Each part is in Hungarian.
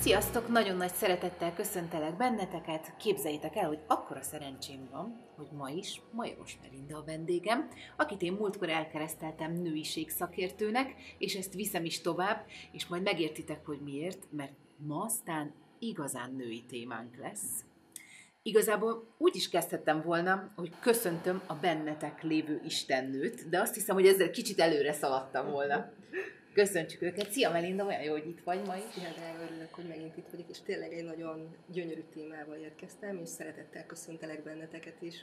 Sziasztok! Nagyon nagy szeretettel köszöntelek benneteket. Képzeljétek el, hogy akkora szerencsém van, hogy ma is Majoros Melinda a vendégem, akit én múltkor elkereszteltem nőiség szakértőnek, és ezt viszem is tovább, és majd megértitek, hogy miért, mert ma aztán igazán női témánk lesz. Igazából úgy is kezdhettem volna, hogy köszöntöm a bennetek lévő istennőt, de azt hiszem, hogy ezzel kicsit előre szaladtam volna. Köszöntsük őket. Szia Melinda, olyan jó, hogy itt vagy ma is. Szia, drága, örülök, hogy megint itt vagyok, és tényleg egy nagyon gyönyörű témával érkeztem, és szeretettel köszöntelek benneteket is.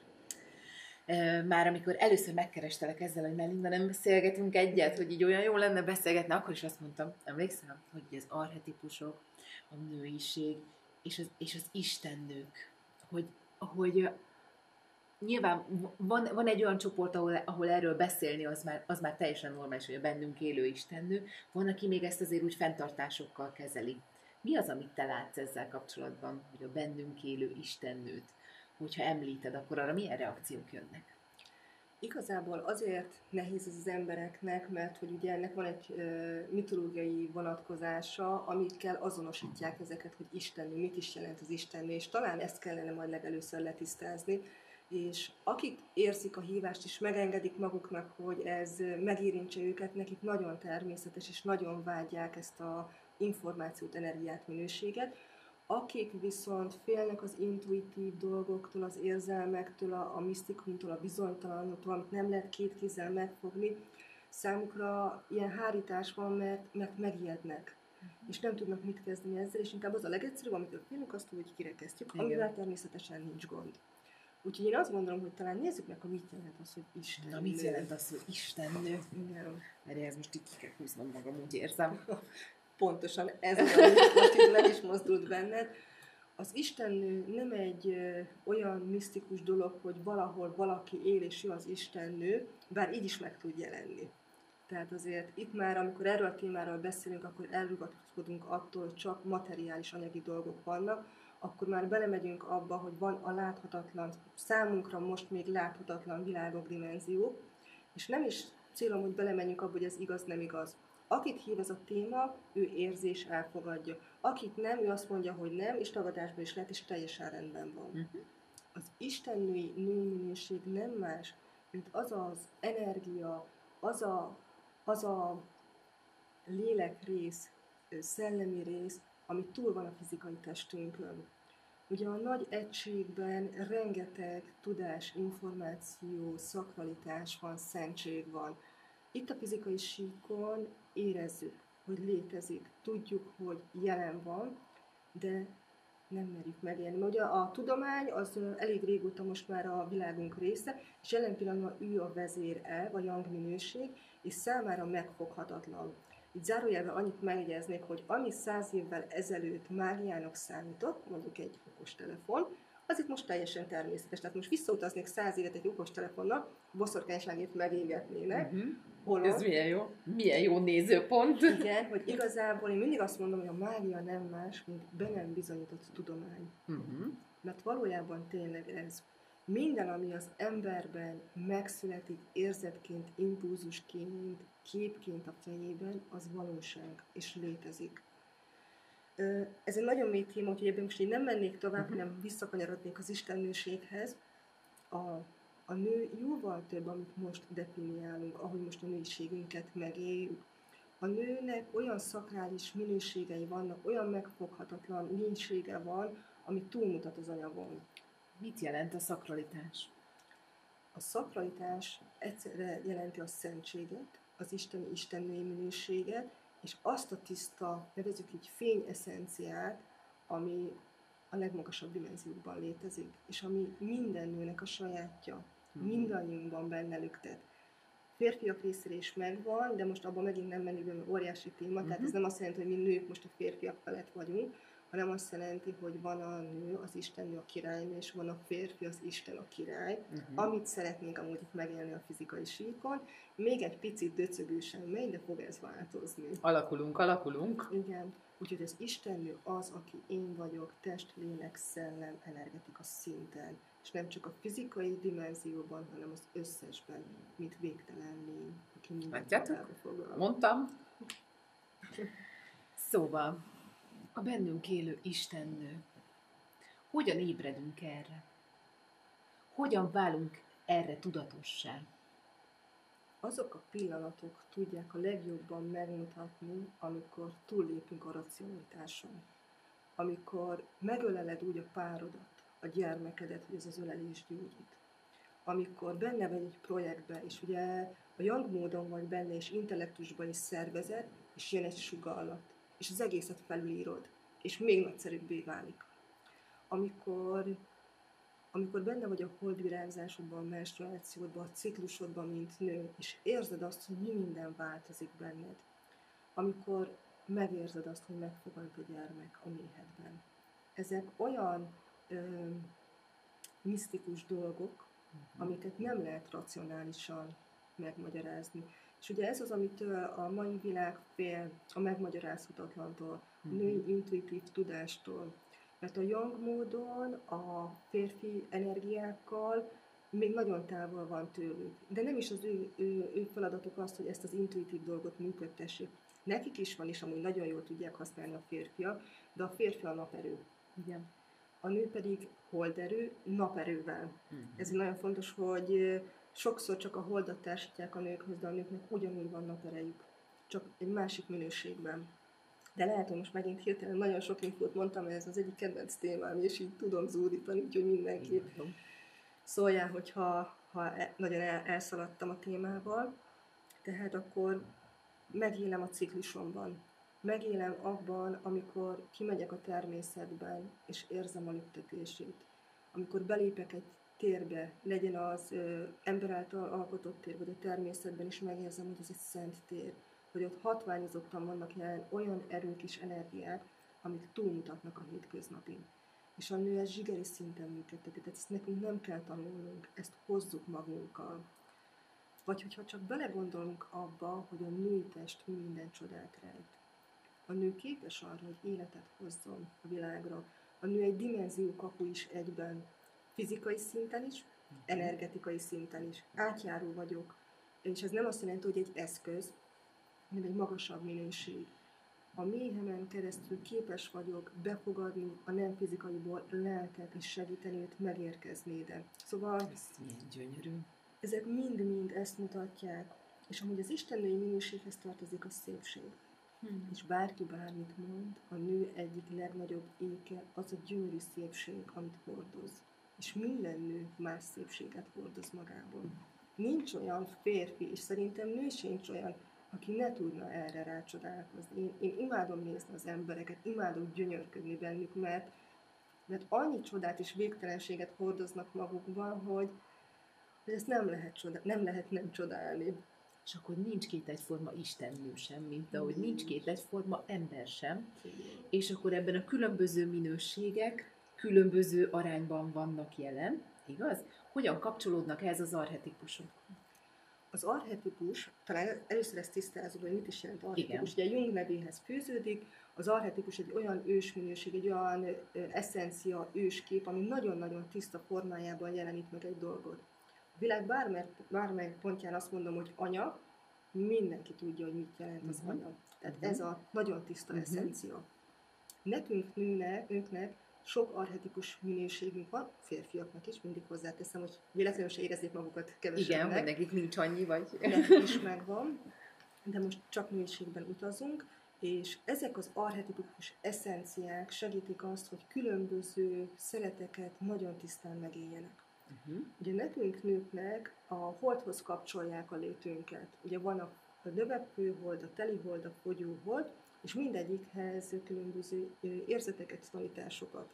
Már amikor először megkerestelek ezzel, hogy Melinda, nem beszélgetünk egyet, hogy így olyan jó lenne beszélgetni, akkor is azt mondtam, emlékszem, hogy az archetipusok, a nőiség és az istennők, hogy nyilván van egy olyan csoport, ahol erről beszélni, az már teljesen normális, hogy a bennünk élő istennő. Van, aki még ezt azért úgy fenntartásokkal kezeli. Mi az, amit te látsz ezzel kapcsolatban, hogy a bennünk élő istennőt, hogyha említed, akkor arra milyen reakciók jönnek? Igazából azért nehéz ez az embereknek, mert hogy ugye ennek van egy mitológiai vonatkozása, amikkel azonosítják ezeket, hogy istennő, mit is jelent az istennő, és talán ezt kellene majd legelőször letisztázni. És akik érzik a hívást és megengedik maguknak, hogy ez megérintse őket, nekik nagyon természetes és nagyon vágyják ezt az információt, energiát, minőséget. Akik viszont félnek az intuitív dolgoktól, az érzelmektől, a misztikumtól, a bizonytalanoktól, amit nem lehet két kézzel megfogni, számukra ilyen hárítás van, mert megijednek. És nem tudnak mit kezdeni ezzel, és inkább az a legegyszerűbb, amitől félünk, azt úgy kirekesztjük, amivel természetesen nincs gond. Úgyhogy én azt gondolom, hogy talán nézzük meg, hogy mit jelent az, hogy istennő. Na, mit jelent az, hogy istennő? Igen. Mert ez most így ki kell húznom magam, úgy érzem. Pontosan ez az, amit most itt meg is mozdult benned. Az istennő nem egy olyan misztikus dolog, hogy valahol valaki él és ő az istennő, bár így is meg tud jelenni. Tehát azért itt már, amikor erről a témáról beszélünk, akkor elrugaszkodunk attól, hogy csak materiális anyagi dolgok vannak, akkor már belemegyünk abba, hogy van a láthatatlan, számunkra most még láthatatlan világok, dimenziók, és nem is célom, hogy belemenjünk abba, hogy ez igaz, nem igaz. Akit hív ez a téma, ő érzés elfogadja. Akit nem, ő azt mondja, hogy nem, és tagadásban is lehet, és teljesen rendben van. Az istennői nőminőség nem más, mint az az energia, az a lélekrész, szellemi rész, ami túl van a fizikai testünkön. Ugye a nagy egységben rengeteg tudás, információ, szakralitás van, szentség van. Itt a fizikai síkon érezzük, hogy létezik, tudjuk, hogy jelen van, de nem merjük megélni. Mert ugye a tudomány az elég régóta most már a világunk része, és jelen pillanatban ő a vezér-elv, a yang minőség, és számára megfoghatatlan. Itt zárójelben annyit megjegyeznék, hogy ami 100 évvel ezelőtt mágiának számított, mondjuk egy okostelefon, az itt most teljesen természetes. Tehát most visszautaznék 100 évet egy okostelefonnal, boszorkányságét megégetnének. Ez milyen jó nézőpont. Igen, hogy igazából én mindig azt mondom, hogy a mágia nem más, mint be nem bizonyított tudomány. Mert valójában tényleg ez. Minden, ami az emberben megszületik érzetként, impulzusként, képként a fejében, az valóság, és létezik. Ez egy nagyon mély téma, hogy ebben most én nem mennék tovább, hanem visszakanyarodnék az istennőséghez. A nő jóval több, amit most definiálunk, ahogy most a nőiségünket megéljük. A nőnek olyan szakrális minőségei vannak, olyan megfoghatatlan lénysége van, ami túlmutat az anyagon. Mit jelent a szakralitás? A szakralitás egyszerre jelenti a szentséget, az istennői minőséget, és azt a tiszta, nevezzük így fényeszenciát, ami a legmagasabb dimenziókban létezik, és ami minden nőnek a sajátja, mindannyiunkban benne lüktet. Férfiak részére is megvan, de most abban megint nem menjünk be, mert óriási téma, tehát ez nem azt jelenti, hogy mi nők most a férfiak felett vagyunk, hanem azt jelenti, hogy van a nő, az istennő, a királynő, és van a férfi, az Isten, a király, amit szeretnénk amúgy itt megélni a fizikai síkon. Még egy picit döcögősen megy, de fog ez változni. Alakulunk. Igen. Úgyhogy az istennő az, aki én vagyok, test, lélek, szellem, energetika szinten. És nem csak a fizikai dimenzióban, hanem az összesben, mint végtelen lény, aki mindent magába foglal. Mondtam. Szóval, A bennünk élő Istennő. Hogyan ébredünk erre? Hogyan válunk erre tudatossá? Azok a pillanatok tudják a legjobban megmutatni, amikor túllépünk a racionalitáson. Amikor megöleled úgy a párodat, a gyermekedet, hogy ez az ölelés gyógyít. Amikor benne vagy egy projektben, és ugye a young módon vagy benne, és intellektusban is szervezed, és jön egy sugallat, és az egészet felülírod, és még nagyszerűbbé válik. Amikor benne vagy a holdvirágzásodban, a menstruációdban, a ciklusodban, mint nő, és érzed azt, hogy mi minden változik benned. Amikor megérzed azt, hogy megfogad a gyermek a méhedben. Ezek olyan misztikus dolgok, amiket nem lehet racionálisan megmagyarázni. És ugye ez az, amitől a mai világ fél, a megmagyarázhatatlantól, a női intuitív tudástól. Mert a young módon, a férfi energiákkal még nagyon távol van tőlük. De nem is az ő feladatuk az, hogy ezt az intuitív dolgot működtessék. Nekik is van, és amúgy nagyon jól tudják használni a férfiak, de a férfi a naperő. Igen. A nő pedig holderő, naperővel. Ez nagyon fontos, hogy sokszor csak a holdat társítják a nőkhöz, de a nőknek ugyanúgy van naperejük, csak egy másik minőségben. De lehet, hogy most megint hirtelen nagyon sok infót mondtam, ez az egyik kedvenc témám, és így tudom zúdítani, úgyhogy mindenképp szóljál, hogyha nagyon elszaladtam a témával. Tehát akkor megélem a ciklusomban. Megélem abban, amikor kimegyek a természetben, és érzem a lüktetését. Amikor belépek egy térbe, legyen az ember által alkotott tér, vagy a természetben is megérzem, hogy ez egy szent tér. Hogy ott hatványozottan vannak jelen olyan erők és energiák, amik túlmutatnak a hétköznapin. És a nő ezt zsigeri szinten működteti, tehát ezt nekünk nem kell tanulnunk, ezt hozzuk magunkkal. Vagy hogyha csak belegondolunk abba, hogy a női test mi minden csodát rejt. A nő képes arra, hogy életet hozzon a világra. A nő egy dimenzió kapu is egyben. Fizikai szinten is, energetikai szinten is. Átjáró vagyok. És ez nem azt jelenti, hogy egy eszköz, hanem egy magasabb minőség. A méhemen keresztül képes vagyok befogadni a nem fizikaiból lelket és segíteni őt megérkezni ide. Szóval ez milyen gyönyörű. Ezek mind-mind ezt mutatják. És amúgy az istennői minőséghez tartozik a szépség. És bárki bármit mond, a nő egyik legnagyobb éke az a gyönyörű szépség, amit hordoz. És minden nő más szépséget hordoz magában. Nincs olyan férfi, és szerintem nő sincs olyan, aki ne tudna erre rácsodálkozni. Én imádom nézni az embereket, imádom gyönyörködni bennük, mert annyi csodát és végtelenséget hordoznak magukban, hogy ezt nem lehet nem csodálni. És akkor nincs két egyforma istennő sem, mint ahogy nincs két egyforma ember sem. És akkor ebben a különböző minőségek különböző arányban vannak jelen, igaz? Hogyan kapcsolódnak ehhez az archetipusok? Az archetipus, talán először ezt tisztázunk, hogy mit is jelent archetipus. Ugye Jung nevéhez fűződik, az archetipus egy olyan ősminőség, egy olyan eszencia, őskép, ami nagyon-nagyon tiszta formájában jelenít meg egy dolgot. A világ bármely pontján azt mondom, hogy anya, mindenki tudja, hogy mit jelent az anya. Tehát ez a nagyon tiszta eszencia. Nekünk nőknek sok archetipus minőségünk van, férfiaknak is, mindig hozzáteszem, hogy véletlenül se érezzék magukat kevesebbnek. Igen, hogy nekik nincs annyi, vagy... Nekik is megvan, de most csak nőiségben utazunk, és ezek az archetipus eszenciák segítik azt, hogy különböző szereteket nagyon tisztán megéljenek. Ugye nekünk nőknek a holdhoz kapcsolják a létünket. Ugye van a növekvő hold, a teli hold, a fogyó hold, és mindegyikhez különböző érzeteket, tanításokat.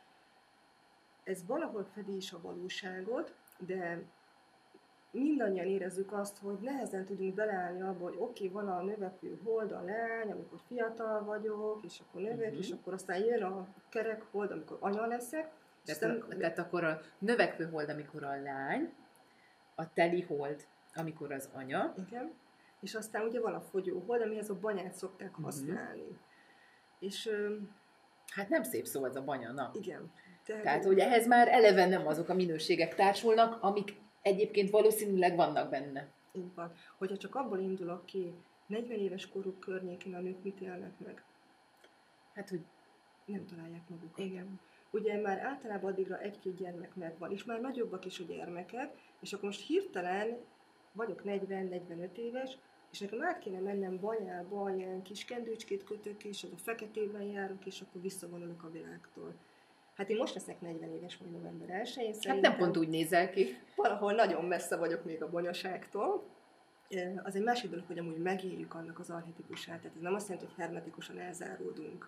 Ez valahol fedi is a valóságot, de mindannyian érezzük azt, hogy nehezen tudunk beleállni abba, hogy oké, van a növekvő hold, a lány, amikor fiatal vagyok, és akkor növek, és akkor aztán jön a kerek hold, amikor anya leszek. Tehát akkor a növekvő hold, amikor a lány, a teli hold, amikor az anya. Igen. És aztán ugye van a fogyó hold, amihez a banyát szokták használni. És... hát nem szép szó ez a banya, na. Igen. Tehát, hogy ehhez már eleve nem azok a minőségek társulnak, amik egyébként valószínűleg vannak benne. Így van. Hogyha csak abból indulok ki, 40 éves koruk környékén a nők mit élnek meg? Hát, hogy nem találják magukat. Igen. Ugye már általában addigra 1-2 gyermek megvan, és már nagyobbak is a gyermekek, és akkor most hirtelen vagyok 40-45 éves, és nekem át kéne mennem Banyába, ilyen kis kendőcskét kötök, és az a feketében járok, és akkor visszavonulok a világtól. Hát én most leszek 40 éves, majd november 1-én. Hát nem pont úgy nézel ki. Valahol nagyon messze vagyok még a banyaságtól. Az egy másik dolog, hogy amúgy megéljük annak az archetipusát, tehát ez nem azt jelenti, hogy hermetikusan elzáródunk.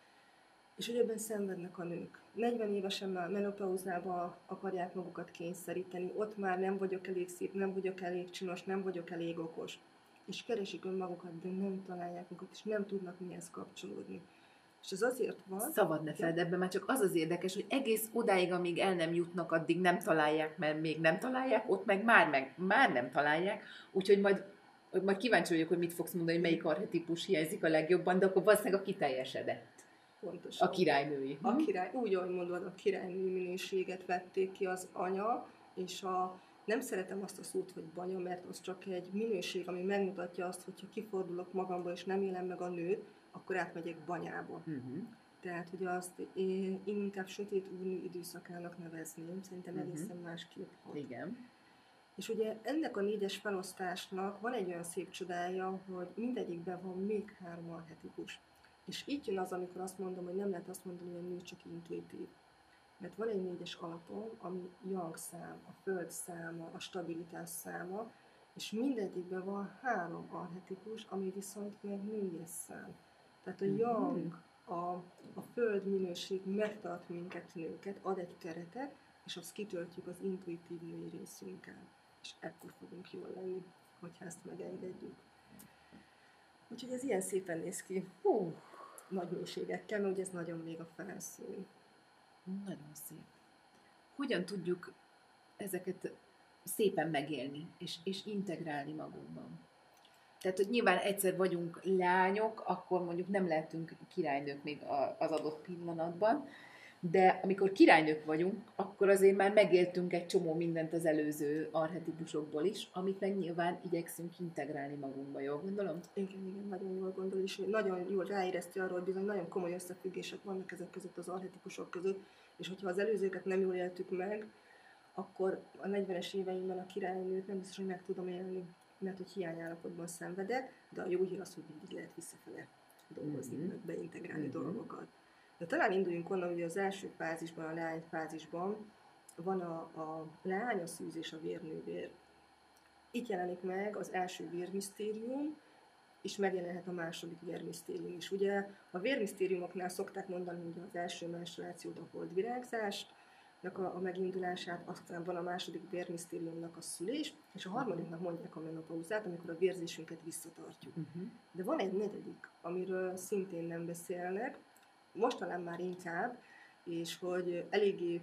És hogy ebben szenvednek a nők. 40 évesen már menopauzába akarják magukat kényszeríteni, ott már nem vagyok elég szép, nem vagyok elég csinos, nem vagyok elég okos. És keresik önmagukat, de nem találják magukat, és nem tudnak mihez kapcsolódni. És ez azért van... Szabad ne feld, ebben már csak az érdekes, hogy egész odáig, amíg el nem jutnak, addig nem találják, mert még nem találják, ott meg már nem találják, úgyhogy majd kíváncsi vagyok, hogy mit fogsz mondani, hogy melyik archetípus hiányzik a legjobban, de akkor valószínűleg a kiteljesedett. Pontosan. A királynői. A király, úgy, ahogy mondod, a királynői minőséget vették ki az anya, és nem szeretem azt a szót, hogy banya, mert az csak egy minőség, ami megmutatja azt, hogyha kifordulok magamból, és nem élem meg a nőt, akkor átmegyek banyába. Tehát, hogy azt én inkább sötét úrnő időszakának nevezném, szerintem egészen másképp hat. Igen. És ugye ennek a 4-es felosztásnak van egy olyan szép csodája, hogy mindegyikben van még 3 archetipus. És itt jön az, amikor azt mondom, hogy nem lehet azt mondani, hogy a nő csak intuitív. Mert van egy 4-es alapon, ami yang szám, a föld száma, a stabilitás száma, és mindegyikben van 3 archetipus, ami viszont meg nőies szám. Tehát a yang, a föld minőség megtart minket nőket, ad egy keretet, és azt kitöltjük az intuitív női részünkkel. És ekkor fogunk jól lenni, hogyha ezt megengedjük. Úgyhogy ez ilyen szépen néz ki. Nagy mélységekkel, mert ugye ez nagyon még a felszín. Nagyon szép. Hogyan tudjuk ezeket szépen megélni, és integrálni magunkban? Tehát, hogy nyilván egyszer vagyunk lányok, akkor mondjuk nem lehetünk királynők még az adott pillanatban, de amikor királynők vagyunk, akkor azért már megéltünk egy csomó mindent az előző archetipusokból is, amit meg nyilván igyekszünk integrálni magunkba, jól gondolom? Igen, nagyon jól gondol, és nagyon jól ráérezti arról, hogy bizony nagyon komoly összefüggések vannak ezek között az archetipusok között, és hogyha az előzőket nem jól éltük meg, akkor a 40-es éveimben a királynőt nem biztos, hogy meg tudom élni, mert hogy hiányállapotban szenvedek, de a jó hír az, hogy mindig lehet visszafele dolgozni, meg beintegrálni dolgokat. De talán induljunk onnan, hogy az első fázisban, a leány fázisban van a leány, a szűz és a vérnővér. Itt jelenik meg az első vérmisztérium, és megjelenhet a második vérmisztérium is. Ugye a vérmisztériumoknál szokták mondani, hogy az első menstruációt, a holdvirágzást, a megindulását, aztán van a második vérmisztériumnak a szülés, és a harmadiknak mondják a menopauzát, amikor a vérzésünket visszatartjuk. De van egy negyedik, amiről szintén nem beszélnek, most talán már inkább, és hogy eléggé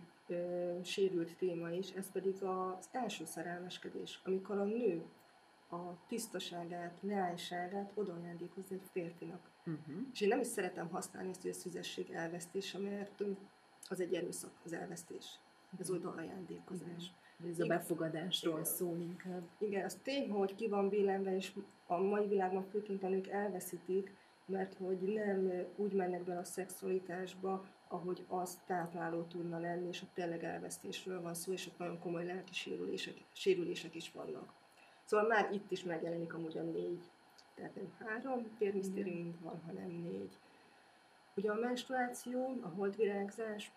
sérült téma is, ez pedig az első szerelmeskedés, amikor a nő a tisztaságát, leányságát odaajándékozza egy férfinak. És én nem is szeretem használni ezt, hogy a szüzesség elvesztése, mert az egy erőszak, az elvesztés, az odaajándékozás. Ez a befogadásról szól inkább. Igen, az tény, hogy ki van billenve, és a mai világban főként a nők elveszítik, mert hogy nem úgy mennek bele a szexualitásba, ahogy az tápláló tudna lenni, és ott tényleg elvesztésről van szó, és ott nagyon komoly lelki sérülések is vannak. Szóval már itt is megjelenik amúgy a 4. Tehát nem 3 vérmisztérium van, hanem 4. Ugye a menstruáció, a holdvirágzás,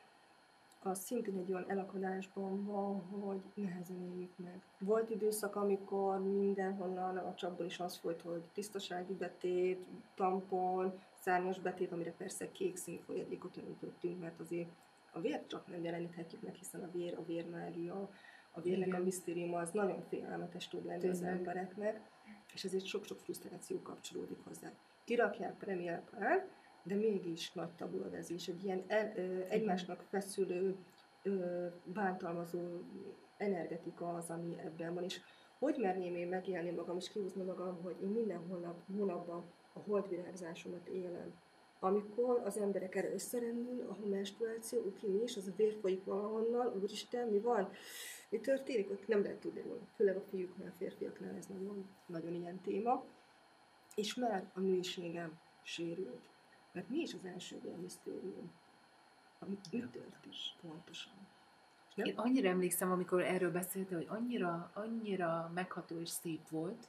az szintén egy olyan elakadásban van, hogy nehezen éljük meg. Volt időszak, amikor mindenhonnan a csapból is az folyt, hogy tisztasági betét, tampon, szárnyas betét, amire persze kék színű folyadékot öntöttünk, mert azért a vért csak nem jeleníthetjük meg, hiszen a vérmágia, a vérnek a misztériuma az nagyon félelmetes tud lenni az embereknek, és ezért sok-sok frusztráció kapcsolódik hozzá. Kirakják premierpár, de mégis nagy tabu a vezés, egy ilyen egymásnak feszülő, bántalmazó energetika az, ami ebben van, és hogy merném én megélni magam, és kihúzni magam, hogy én minden hónapban a holdvirágzásomat élem. Amikor az emberek erre összerendül, a menstruáció, mi is, az a vér folyik valahonnan, úristen, mi van? Mi történik? Ott nem lehet tudni róla. Főleg a fiúknál, férfiaknál ez nagyon, nagyon ilyen téma. És már a nőiségem sérült. Mert mi is az első vérmisztérium? Mi történt pontosan? Én annyira emlékszem, amikor erről beszélte, hogy annyira megható és szép volt,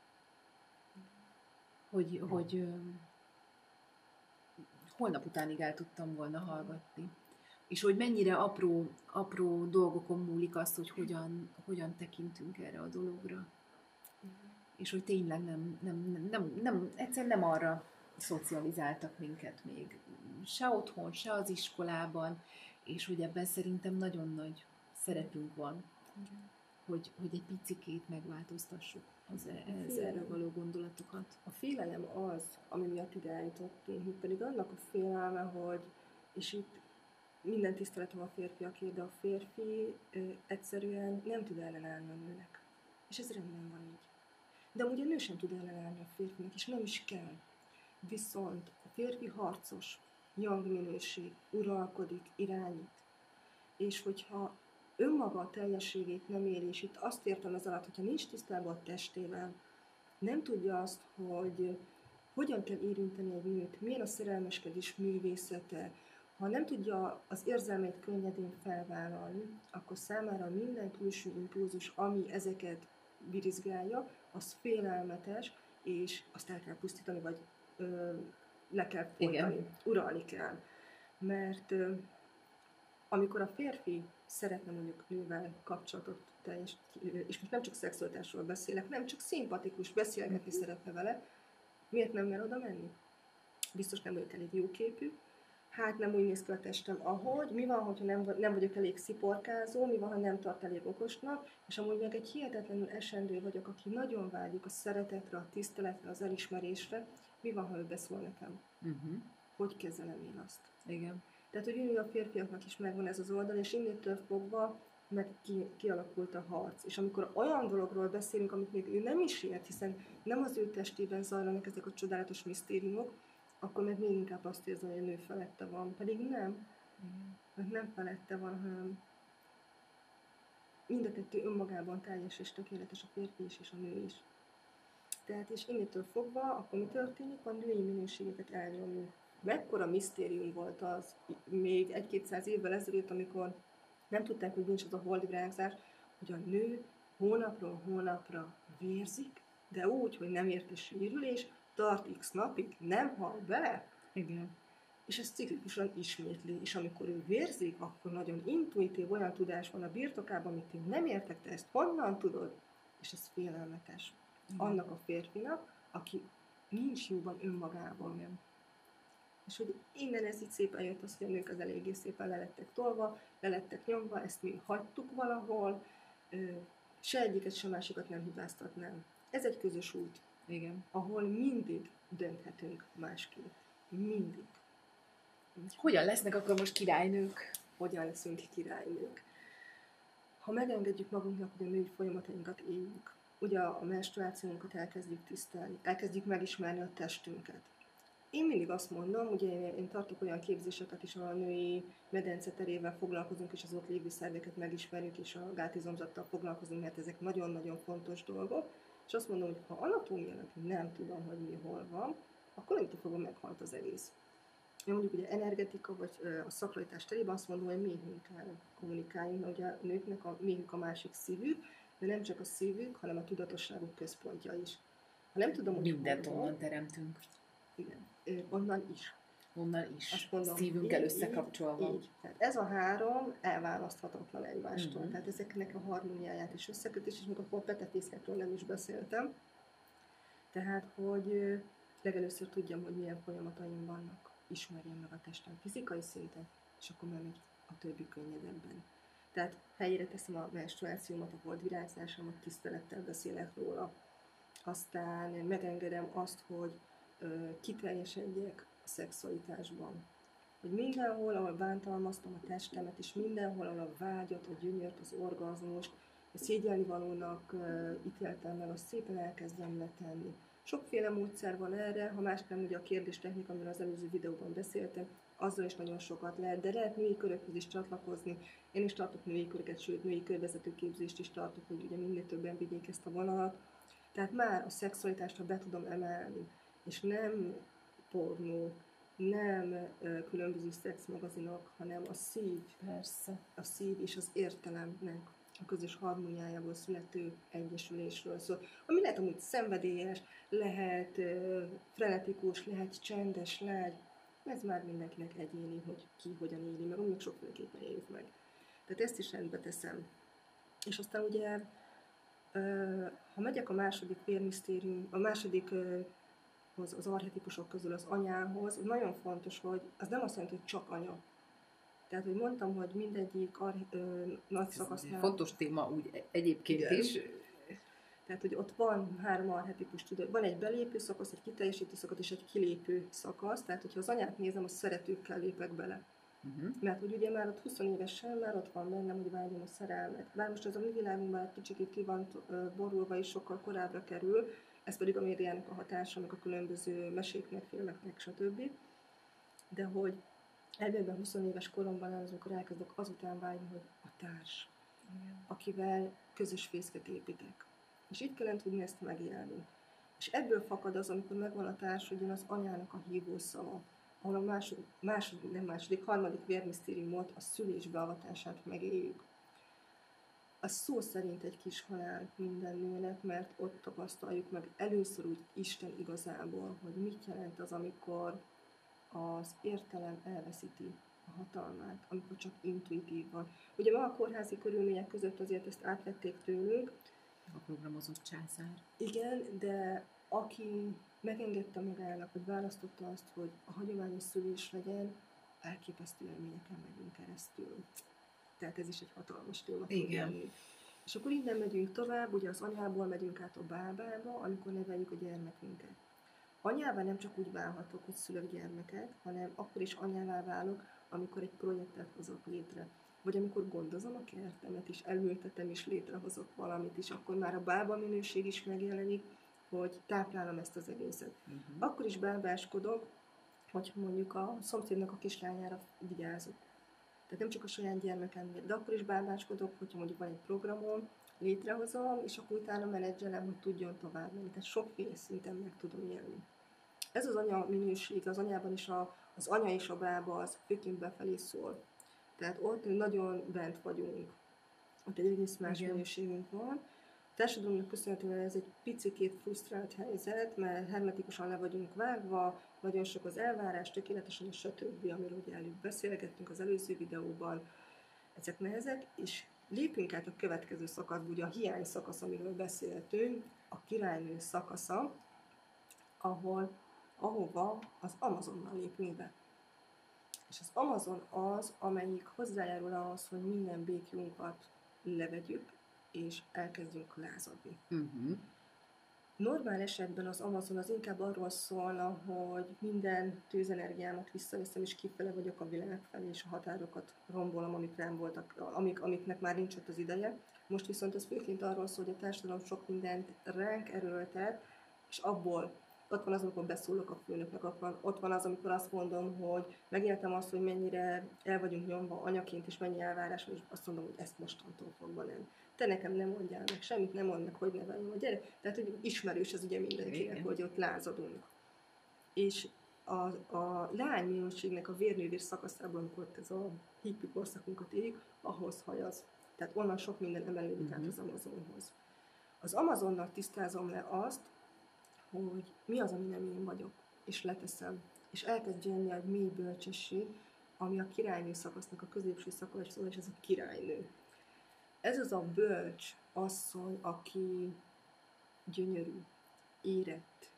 hogy holnap utánig el tudtam volna hallgatni. És hogy mennyire apró dolgokon múlik az, hogy hogyan tekintünk erre a dologra. És hogy tényleg egyszerűen nem arra szocializáltak minket még. Se otthon, se az iskolában, és hogy ebben szerintem nagyon nagy szerepünk van, hogy egy picikét megváltoztassuk az erre való gondolatokat. A félelem az, ami miatt ide eljutottunk, pedig annak a félelme, hogy, és itt minden tiszteletem a férfiakért, de a férfi egyszerűen nem tud ellenállni a nőnek. És ez rendben van így. De amúgy a nő sem tud ellenállni a férfinak, és nem is kell. Viszont a férfi harcos, yang minőség, uralkodik, irányít. És hogyha önmaga a teljességét nem éli, és itt azt értem ez alatt, hogyha nincs tisztában a testével, nem tudja azt, hogy hogyan kell érinteni egy nőt, milyen a szerelmeskedés művészete, ha nem tudja az érzelmeit könnyedén felvállalni, akkor számára minden külső impulzus, ami ezeket birizgálja, az félelmetes, és azt el kell pusztítani, vagy le kell folytani, uralni kell. Mert amikor a férfi szeretne mondjuk nővel kapcsolatot és most nem csak szexualitásról beszélek, nem csak szimpatikus, beszélgetni szeretne vele, miért nem mer oda menni? Biztos nem vagyok elég jóképű, hát nem úgy néz ki a testem, ahogy, mi van, hogyha nem vagyok elég sziporkázó, mi van, ha nem tart elég okosnak, és amúgy meg egy hihetetlenül esendő vagyok, aki nagyon vágyik a szeretetre, a tiszteletre, az elismerésre, mi van, ha ő beszól nekem? Hogy kezelem én azt? Igen. Tehát, hogy ugyanúgy a férfiaknak is megvan ez az oldal, és innétől fogva meg kialakult a harc. És amikor olyan dologról beszélünk, amit még ő nem is ért, hiszen nem az ő testében zajlanak ezek a csodálatos misztériumok, akkor meg még inkább azt érzem, hogy a nő felette van. Pedig nem. Mert nem felette van, hanem mind a kettő önmagában teljes és tökéletes, a férfi is és a nő is. Tehát, és innétől fogva, akkor mi történik? A női minőségeket elnyomjuk. Mekkora misztérium volt az még 1-200 évvel ezelőtt, amikor nem tudták, hogy nincs az a holdvirágzás, hogy a nő hónapról hónapra vérzik, de úgy, hogy nem érte sérülés, tart x napig, nem hal bele. Igen. És ez ciklikusan ismétli, és amikor ő vérzik, akkor nagyon intuitív, olyan tudás van a birtokában, amit én nem értek, te ezt honnan tudod? És ez félelmetes. Annak a férfinak, aki nincs jóban önmagában. Igen. És hogy innen ez így szépen jött az, hogy a nők az eléggé szépen lelettek tolva, lelettek nyomva, ezt mi hagytuk valahol, se egyiket, se másikat nem hibáztatnám. Ez egy közös út, Igen. ahol mindig dönthetünk másképp. Mindig. Hogyan lesznek akkor most királynők? Hogyan leszünk királynők? Ha megengedjük magunknak, hogy a női folyamatainkat éljük, ugye a menstruációnkat elkezdjük tisztelni, elkezdjük megismerni a testünket. Én mindig azt mondom, ugye én tartok olyan képzéseket is, ahol a női medence terével foglalkozunk, és az ott lévő szerveket megismerjük, és a gátizomzattal foglalkozunk, mert ezek nagyon-nagyon fontos dolgok. És azt mondom, hogy ha anatómiailag nem tudom, hogy mi hol van, akkor nem fogom meghalt az egész. Én mondjuk ugye energetika, vagy a szakralitás terében azt mondom, hogy méhünkkel kommunikáljunk, mert ugye a nőknek a méhük a másik szívük, de nem csak a szívük, hanem a tudatosságuk központja is. Ha nem tudom, hogy mindent onnan teremtünk. Igen, onnan is. Onnan is. Azt mondom, szívünkkel összekapcsolva. Így. Tehát ez a három elválaszthatatlan egymástól. Tehát ezeknek a harmóniáját is összekötés, és még a petetészekről nem is beszéltem. Tehát, hogy legelőször tudjam, hogy milyen folyamataim vannak. Ismerjem meg a testem fizikai szinten, és akkor már megy a többi könnyedebben. Tehát helyére teszem a menstruációmat, a holdvirágzásomat, tisztelettel beszélek róla. Aztán megengedem azt, hogy kiteljesedjek a szexualitásban. Hogy mindenhol, ahol bántalmaztam a testemet, és mindenhol, ahol a vágyat, a gyönyört, az orgazmust, a szégyelnivalónak ítéltem meg, azt szépen elkezdem letenni. Sokféle módszer van erre, ha más nem ugye a kérdéstechnika, amiről az előző videóban beszéltem, azzal is nagyon sokat lehet, de lehet női körökhöz is csatlakozni. Én is tartok női köröket, sőt női körvezető képzést is tartok, hogy ugye minél többen vigyék ezt a vonalat. Tehát már a szexualitást, ha be tudom emelni, és nem pornó, nem különböző szexmagazinok, hanem a szív, Persze. a szív és az értelemnek a közös harmóniájából születő egyesülésről szól. Ami lehet amúgy szenvedélyes, lehet frenetikus, lehet csendes, lágy. Ez már mindenkinek egyéni, hogy ki hogyan éli meg, amúgy sokféleképpen éljük meg. Tehát ezt is rendbe teszem. És aztán ugye, ha megyek a második vérmisztérium, a második az archetipusok közül az anyához, nagyon fontos, hogy az nem azt jelenti, hogy csak anya. Tehát, hogy mondtam, hogy mindegyik nagy szakasznál... Fontos téma úgy egyébként igen. is. Tehát, hogy ott van 3 archetipus, van egy belépő szakasz, egy kiteljesítő szakasz és egy kilépő szakasz. Tehát, hogyha az anyát nézem, az szeretőkkel lépek bele. Mert hogy ugye már ott 20 évesen már ott van bennem, hogy vágyom a szerelmet. Bár most az a mi világunkban egy kicsit ki van borulva és sokkal korábbra kerül, ez pedig a médiának a hatása, meg a különböző meséknek, filmeknek, stb. De hogy ebben 20 éves koromban az, amikor elkezdek azután vágyni, hogy a társ, igen, akivel közös fészket építek. És itt kellene tudni ezt megélni. És ebből fakad az, amikor megvan a társ, hogy az anyának a hívószava, ahol a harmadik vérmisztériumot, a szülés beavatását megéljük. Az szó szerint egy kis halál minden nőnek, mert ott tapasztaljuk meg először úgy Isten igazából, hogy mit jelent az, amikor az értelem elveszíti a hatalmát, amikor csak intuitív van. Ugye ma a kórházi körülmények között azért ezt átvették tőlünk. A programozott császár. Igen, de aki megengedte magának, vagy választotta azt, hogy a hagyományos szülés legyen, elképesztő élményeken megyünk keresztül. Tehát ez is egy hatalmas téma. Igen. És akkor innen megyünk tovább, ugye az anyából megyünk át a bábába, amikor neveljük a gyermekünket. Anyává nem csak úgy válhatok, hogy szülök gyermeket, hanem akkor is anyává válok, amikor egy projektet hozok létre. Vagy amikor gondozom a kertemet, és elültetem, és létrehozok valamit, és akkor már a bába minőség is megjelenik, hogy táplálom ezt az egészet. Akkor is bábáskodok, hogyha mondjuk a szomszédnak a kislányára vigyázok. Tehát nem csak a saját gyermekemért, de akkor is bábáskodok, hogyha mondjuk van egy programom, létrehozom, és akkor utána menedzselem, hogy tudjon tovább menni. Tehát sokféle szinten meg tudom élni. Ez az anya minőség, az anyában is az anya és a bába az főként befelé szól. Tehát ott nagyon bent vagyunk. Ott egy egész más minőségünk van. A társadalomnak köszönhetően ez egy picikét frusztrált helyzet, mert hermetikusan le vagyunk vágva, nagyon sok az elvárás, tökéletesen a stb., amiről ugye előbb beszélgettünk az előző videóban. Ezek nehezek, és lépünk át a következő szakaszba, ugye a hiány szakasz, amiről beszéltünk, a királynő szakasza, ahova az Amazonnal lépünk be. És az Amazon az, amelyik hozzájárul ahhoz, hogy minden békjunkat levegyük, és elkezdjünk lázadni. Normál esetben az Amazon az inkább arról szólna, hogy minden tűzenergiámat visszaveszem, és kifele vagyok a világ felé, és a határokat rombolom, amik rám voltak, amiknek már nincs ott az ideje. Most viszont az főként arról szól, hogy a társadalom sok mindent ránk erőltet, és abból ott van az, amikor beszólok a főnöknek, ott van az, amikor azt mondom, hogy megéltem azt, hogy mennyire el vagyunk nyomva anyaként, és mennyi elvárás, és azt mondom, hogy ezt mostantól fogva nem. Te nekem nem mondjál meg semmit, nem mondd meg, hogy neveljem a gyerek. Tehát, hogy ismerős ez ugye mindenkinek, hogy ott lázadunk. És a lány minőségnek a vérnővér szakaszában, amikor ez a hippi korszakunkat éljük, ahhoz hajaz. Tehát onnan sok minden emelődik át az Amazonhoz. Az Amazonnak tisztázom le azt, hogy mi az, ami nem én vagyok, és leteszem. És elkezd jönni egy mély bölcsesség, ami a királynő szakasznak a középső szakasz, és ez a királynő. Ez az a bölcs asszony, aki gyönyörű, érett,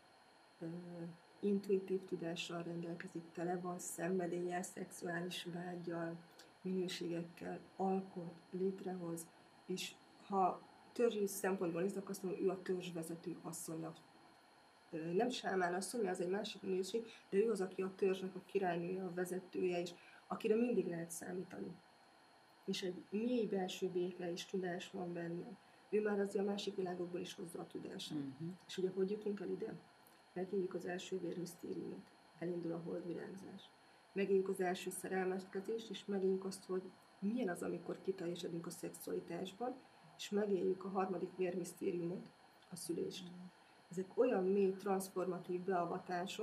intuitív tudással rendelkezik, tele van szenvedéllyel, szexuális vággyal, minőségekkel, alkot, létrehoz, és ha törzsi szempontból néznek, azt mondom, ő a törzsvezető asszonya. Nem Sámán asszony, az egy másik minőség, de ő az, aki a törzsnek a királynője, a vezetője, és akire mindig lehet számítani. És egy mély belső béke és tudás van benne. Ő már azért a másik világokból is hozza a tudását. És ugye, hogy jutunk el ide? Megéljük az első vérmisztériumot, elindul a holdvirágzás. Megéljük az első szerelmeskedést, és megéljük azt, hogy milyen az, amikor kiteljesedünk a szexualitásban, és megéljük a harmadik vérmisztériumot, a szülést. Ezek olyan mély, transformatív beavatások,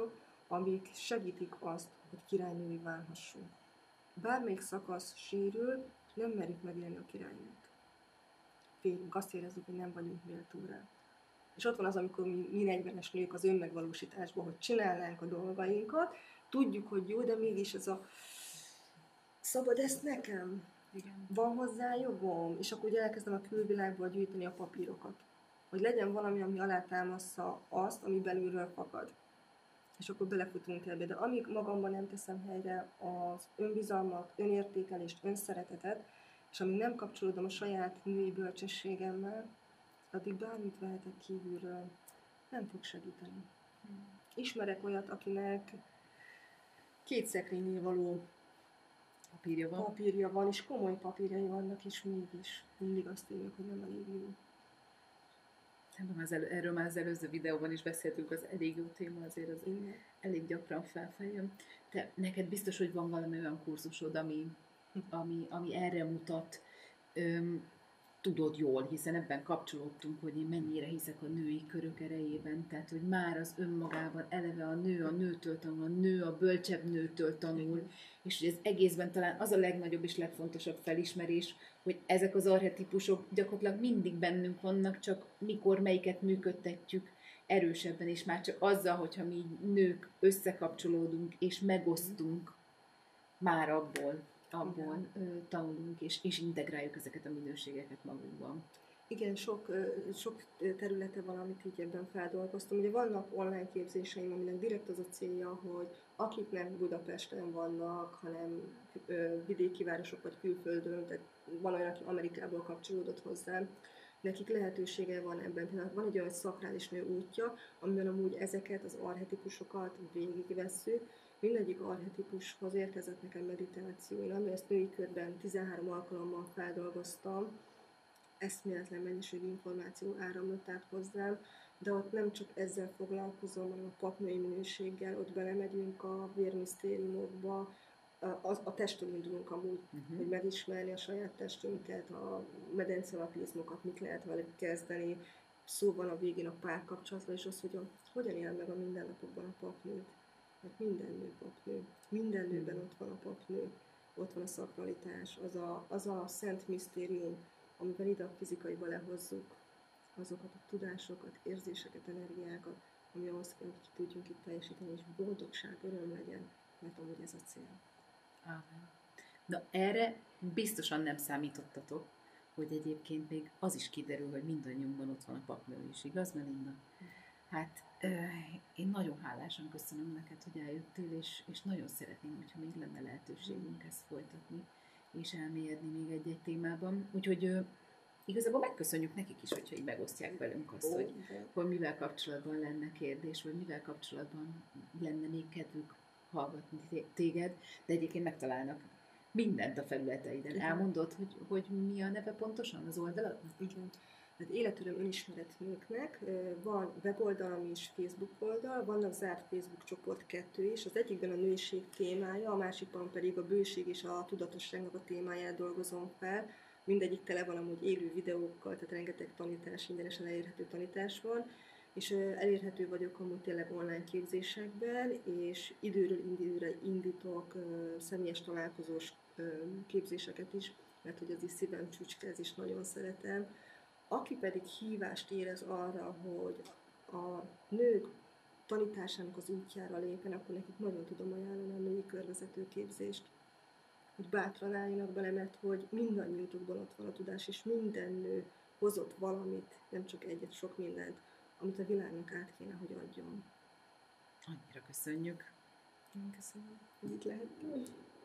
amik segítik azt, hogy királynői válhassunk. Bármelyik szakasz sérül, nem merjük megélni a királynőt. Félünk, azt érezzük, hogy nem vagyunk méltó rá. És ott van az, amikor mi 40-es nők az önmegvalósításban, hogy csinálnánk a dolgainkat, tudjuk, hogy jó, de mégis ez a szabad ezt nekem? Igen. Van hozzá jogom? És akkor ugye elkezdem a külvilágból gyűjteni a papírokat. Hogy legyen valami, ami alátámaszza azt, ami belülről fakad. És akkor belefutunk ebbe. De amíg magamban nem teszem helyre az önbizalmat, önértékelést, önszeretetet, és amíg nem kapcsolódom a saját női bölcsességemmel, addig bármit vehetek kívülről, nem fog segíteni. Ismerek olyat, akinek 2 szekrénynél való papírja van, és komoly papírjai vannak, és mégis mindig azt érjük, hogy nem elég jó. Erről már az előző videóban is beszéltünk, az elég jó téma, azért az elég gyakran felfeljön. Te neked biztos, hogy van valami olyan kurzusod, ami erre mutat, tudod jól, hiszen ebben kapcsolódtunk, hogy én mennyire hiszek a női körök erejében, tehát hogy már az önmagában eleve a nőtől tanul, a nő a bölcsebb nőtől tanul, és hogy ez egészben talán az a legnagyobb és legfontosabb felismerés, hogy ezek az archetípusok gyakorlatilag mindig bennünk vannak, csak mikor melyiket működtetjük erősebben, és már csak azzal, hogyha mi nők összekapcsolódunk és megosztunk, már abból tanulunk, és integráljuk ezeket a minőségeket magunkban. Igen, sok területe van, amit így ebben feldolgoztam. Ugye vannak online képzéseim, aminek direkt az a célja, hogy akik nem Budapesten vannak, hanem vidéki városok vagy külföldön, tehát van olyan, aki Amerikából kapcsolódott hozzám, nekik lehetősége van ebben. Tehát van egy olyan szakrális nő útja, amiben amúgy ezeket az archetipusokat végigvesszük. Mindegyik archetipushoz érkezett nekem meditáció. Én ezt női körben 13 alkalommal feldolgoztam, eszméletlen mennyiségű információ áramlott át hozzám, de ott nem csak ezzel foglalkozom, hanem a papnői minőséggel, ott belemegyünk a vérmisztériumokba, a testtől indulunk amúgy, hogy megismerni a saját testünket, a medencevatizmokat, mit lehet velük kezdeni, szó van a végén a párkapcsolatról, és az, hogy hogyan él meg a mindennapokban a papnőt. Mert minden nő papnő, minden nőben ott van a papnő, ott van a szakralitás, az a szent misztérium, amivel ide a fizikaiba lehozzuk azokat a tudásokat, érzéseket, energiákat, ami ahhoz kell, hogy ki tudjunk itt teljesíteni, és boldogság, öröm legyen, mert amúgy ez a cél. Ámen. Na erre biztosan nem számítottatok, hogy egyébként még az is kiderül, hogy mindannyiunkban ott van a papnő is, igaz, Melinda? Hát én nagyon hálásan köszönöm neked, hogy eljöttél, és nagyon szeretném, hogyha még lenne lehetőségünk ezt folytatni, és elmélyedni még egy-egy témában. Úgyhogy igazából megköszönjük nekik is, hogyha így megosztják velünk azt, hogy mivel kapcsolatban lenne kérdés, vagy mivel kapcsolatban lenne még kedvük hallgatni téged, de egyébként megtalálnak mindent a felületeiden. Igen. Elmondod, hogy mi a neve pontosan az oldaladnak? Igen. Tehát Életöröm önismeret nőknek van weboldalam és Facebook oldal, vannak zárt Facebook csoport 2 is, az egyikben a nőiség témája, a másikban pedig a bőség és a tudatosságnak a témáját dolgozom fel. Mindegyik tele van amúgy élő videókkal, tehát rengeteg tanítás, ingyenesen elérhető tanítás van, és elérhető vagyok amúgy tényleg online képzésekben, és időről időre indítok személyes találkozós képzéseket is, mert hogy az is szívem csücske, ez is nagyon szeretem. Aki pedig hívást érez arra, hogy a nők tanításának az útjára lépen, akkor nekik nagyon tudom ajánlani a női körvezető képzést, hogy bátran álljanak bele, mert hogy mindannyiunkban ott van a tudás, és minden nő hozott valamit, nem csak egyet, sok mindent, amit a világnak át kéne, hogy adjon. Annyira köszönjük. Én köszönöm, hogy itt lehettem.